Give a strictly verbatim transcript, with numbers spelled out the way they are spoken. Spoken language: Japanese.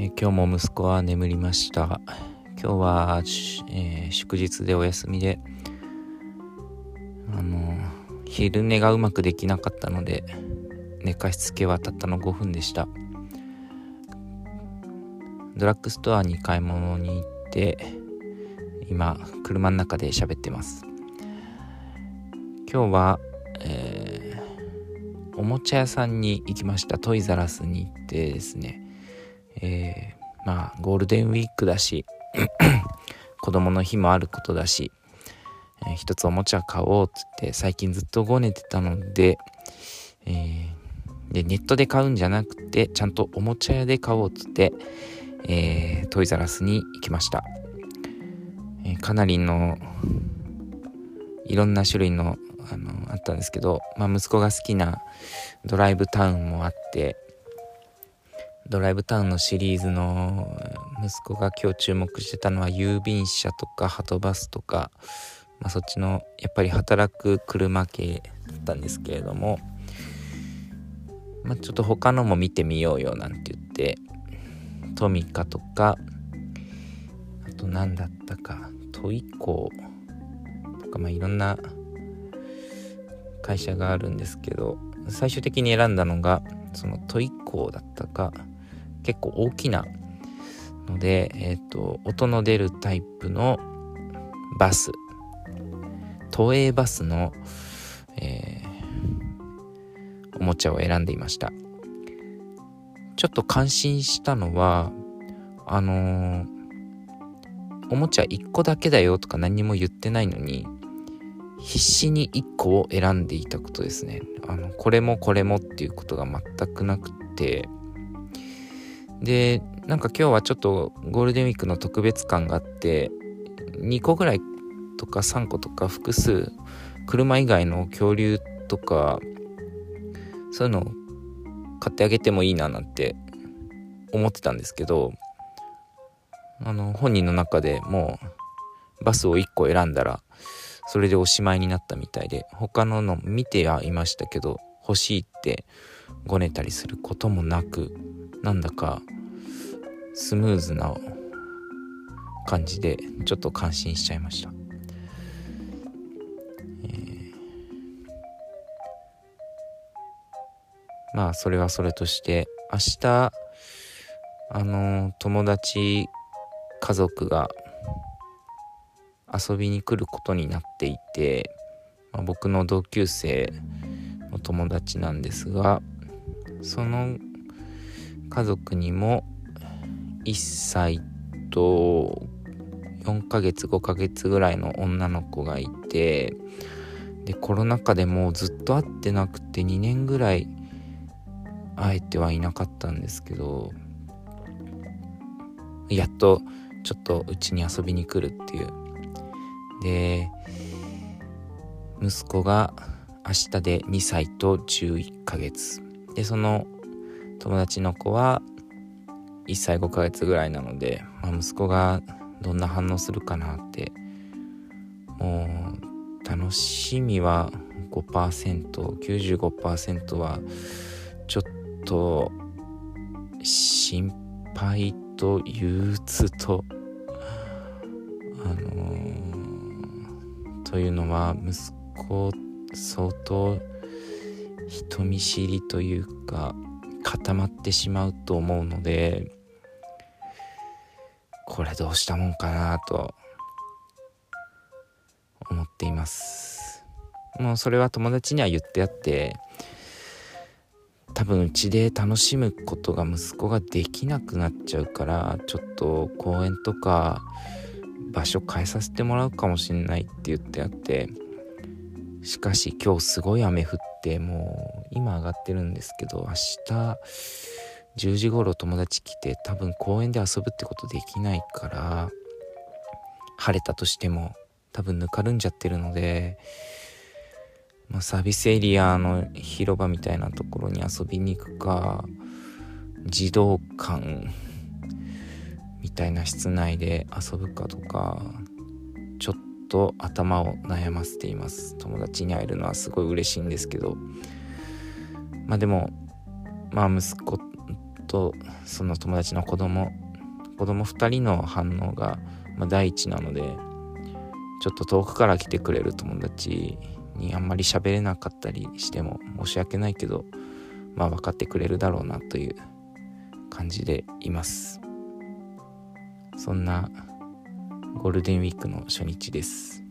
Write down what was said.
ー今日も息子は眠りました。今日は、えー祝日でお休みで、あの昼寝がうまくできなかったので、寝かしつけはたったのごふんでした。ドラッグストアに買い物に行って、今車の中で喋ってます。今日は、えーおもちゃ屋さんに行きました。トイザらスに行ってですね、えーまあゴールデンウィークだし子供の日もあることだし、えー一つおもちゃ買おうっつって最近ずっとごねてたので、えーでネットで買うんじゃなくてちゃんとおもちゃ屋で買おうっつって、えートイザらスに行きました。えーかなりのいろんな種類のあのあったんですけど、まあ、息子が好きなドライブタウンもあって、ドライブタウンのシリーズの息子が今日注目してたのは郵便車とかはとバスとか、まあ、そっちのやっぱり働く車系だったんですけれども、まあ、ちょっと他のも見てみようよなんて言ってトミカとか、あと何だったかトイコーとか、まあいろんな会社があるんですけど、最終的に選んだのがそのトイコーだったか、結構大きなので、えっと音の出るタイプのバス、都営バスの、えーおもちゃを選んでいました。ちょっと感心したのは、あのーおもちゃいっこだけだよとか何も言ってないのに必死にいっこを選んでいたことですね。あのこれもこれもっていうことが全くなくて、でなんか今日はちょっとゴールデンウィークの特別感があって、にこぐらいとかさんことか複数車以外の恐竜とかそういうのを買ってあげてもいいななんて思ってたんですけど、あの本人の中でもうバスをいっこ選んだらそれでおしまいになったみたいで、他のの見てはいましたけど欲しいってごねたりすることもなく、なんだかスムーズな感じでちょっと感心しちゃいました。えー、まあそれはそれとして、明日あの友達家族が遊びに来ることになっていて、まあ、僕の同級生の友達なんですが、その家族にもいっさいとよんかげつごかげつぐらいの女の子がいて、でコロナ禍でもうずっと会ってなくてにねんぐらい会えてはいなかったんですけど、やっとちょっとうちに遊びに来るっていう。で息子が明日でにさいとじゅういっかげつで、その友達の子はいっさいごかげつぐらいなので、まあ、息子がどんな反応するかなって、もう楽しみは ごパーセント、きゅうじゅうごパーセント はちょっと心配と憂鬱と、あのー、というのは息子相当人見知りというか固まってしまうと思うので、これどうしたもんかなと思っています。もうそれは友達には言ってあって、多分うちで楽しむことが息子ができなくなっちゃうから、ちょっと公園とか場所変えさせてもらうかもしれないって言ってあって、しかし今日すごい雨降って、もう今上がってるんですけど、明日じゅうじ頃友達来て多分公園で遊ぶってことできないから、晴れたとしても多分ぬかるんじゃってるので、まあ、サービスエリアの広場みたいなところに遊びに行くか、児童館みたいな室内で遊ぶかとか、ちょっと頭を悩ませています。友達に会えるのはすごい嬉しいんですけど、まあでもまあ息子とその友達の子供子供ふたりの反応が、まあ、第一なので、ちょっと遠くから来てくれる友達にあんまり喋れなかったりしても申し訳ないけど、まあ分かってくれるだろうなという感じでいます。そんなゴールデンウィークの初日です。